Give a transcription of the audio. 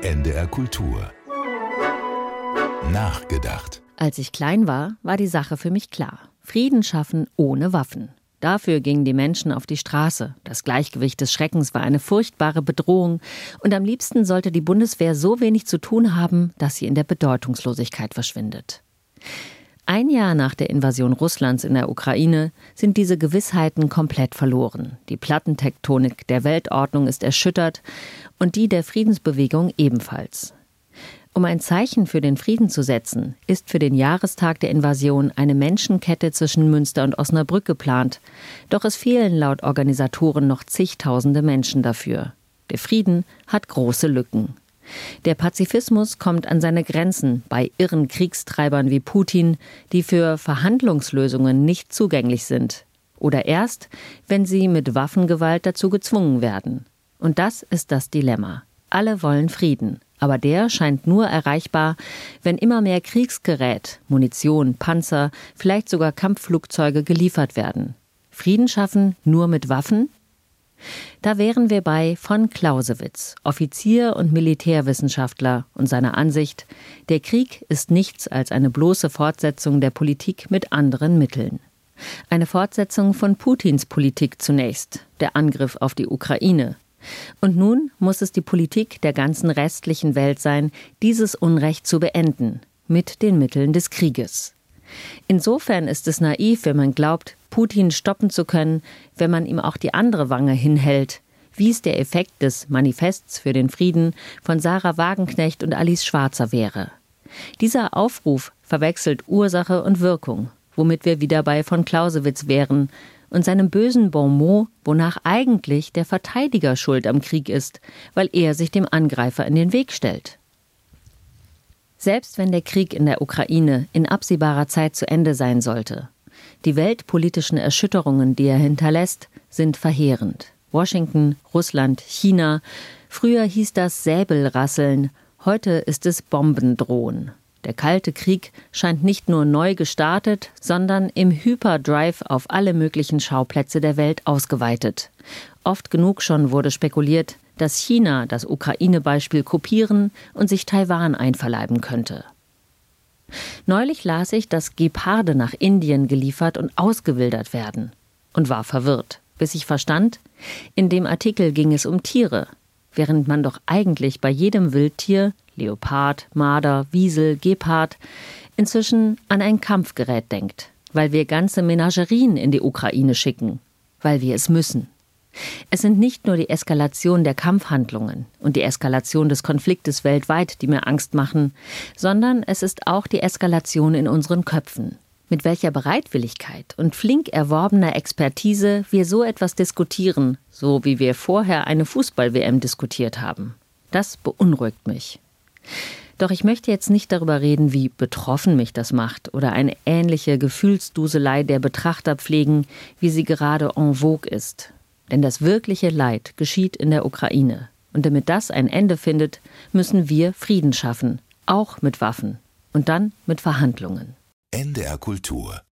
NDR Kultur. Nachgedacht. Als ich klein war, war die Sache für mich klar. Frieden schaffen ohne Waffen. Dafür gingen die Menschen auf die Straße. Das Gleichgewicht des Schreckens war eine furchtbare Bedrohung. Und am liebsten sollte die Bundeswehr so wenig zu tun haben, dass sie in der Bedeutungslosigkeit verschwindet. Ein Jahr nach der Invasion Russlands in der Ukraine sind diese Gewissheiten komplett verloren. Die Plattentektonik der Weltordnung ist erschüttert und die der Friedensbewegung ebenfalls. Um ein Zeichen für den Frieden zu setzen, ist für den Jahrestag der Invasion eine Menschenkette zwischen Münster und Osnabrück geplant. Doch es fehlen laut Organisatoren noch zigtausende Menschen dafür. Der Frieden hat große Lücken. Der Pazifismus kommt an seine Grenzen bei irren Kriegstreibern wie Putin, die für Verhandlungslösungen nicht zugänglich sind. Oder erst, wenn sie mit Waffengewalt dazu gezwungen werden. Und das ist das Dilemma. Alle wollen Frieden. Aber der scheint nur erreichbar, wenn immer mehr Kriegsgerät, Munition, Panzer, vielleicht sogar Kampfflugzeuge geliefert werden. Frieden schaffen nur mit Waffen? Da wären wir bei von Clausewitz, Offizier und Militärwissenschaftler, und seiner Ansicht, der Krieg ist nichts als eine bloße Fortsetzung der Politik mit anderen Mitteln. Eine Fortsetzung von Putins Politik zunächst, der Angriff auf die Ukraine. Und nun muss es die Politik der ganzen restlichen Welt sein, dieses Unrecht zu beenden, mit den Mitteln des Krieges. Insofern ist es naiv, wenn man glaubt, Putin stoppen zu können, wenn man ihm auch die andere Wange hinhält, wie es der Effekt des Manifests für den Frieden von Sarah Wagenknecht und Alice Schwarzer wäre. Dieser Aufruf verwechselt Ursache und Wirkung, womit wir wieder bei von Clausewitz wären, und seinem bösen Bonmot, wonach eigentlich der Verteidiger schuld am Krieg ist, weil er sich dem Angreifer in den Weg stellt. Selbst wenn der Krieg in der Ukraine in absehbarer Zeit zu Ende sein sollte, die weltpolitischen Erschütterungen, die er hinterlässt, sind verheerend. Washington, Russland, China, früher hieß das Säbelrasseln, heute ist es Bombendrohen. Der Kalte Krieg scheint nicht nur neu gestartet, sondern im Hyperdrive auf alle möglichen Schauplätze der Welt ausgeweitet. Oft genug schon wurde spekuliert, dass China das Ukraine-Beispiel kopieren und sich Taiwan einverleiben könnte. Neulich las ich, dass Geparde nach Indien geliefert und ausgewildert werden. Und war verwirrt, bis ich verstand, in dem Artikel ging es um Tiere, während man doch eigentlich bei jedem Wildtier, Leopard, Marder, Wiesel, Gepard, inzwischen an ein Kampfgerät denkt, weil wir ganze Menagerien in die Ukraine schicken, weil wir es müssen. Es sind nicht nur die Eskalation der Kampfhandlungen und die Eskalation des Konfliktes weltweit, die mir Angst machen, sondern es ist auch die Eskalation in unseren Köpfen. Mit welcher Bereitwilligkeit und flink erworbener Expertise wir so etwas diskutieren, so wie wir vorher eine Fußball-WM diskutiert haben. Das beunruhigt mich. Doch ich möchte jetzt nicht darüber reden, wie betroffen mich das macht oder eine ähnliche Gefühlsduselei der Betrachter pflegen, wie sie gerade en vogue ist. Denn das wirkliche Leid geschieht in der Ukraine. Und damit das ein Ende findet, müssen wir Frieden schaffen, auch mit Waffen und dann mit Verhandlungen. NDR Kultur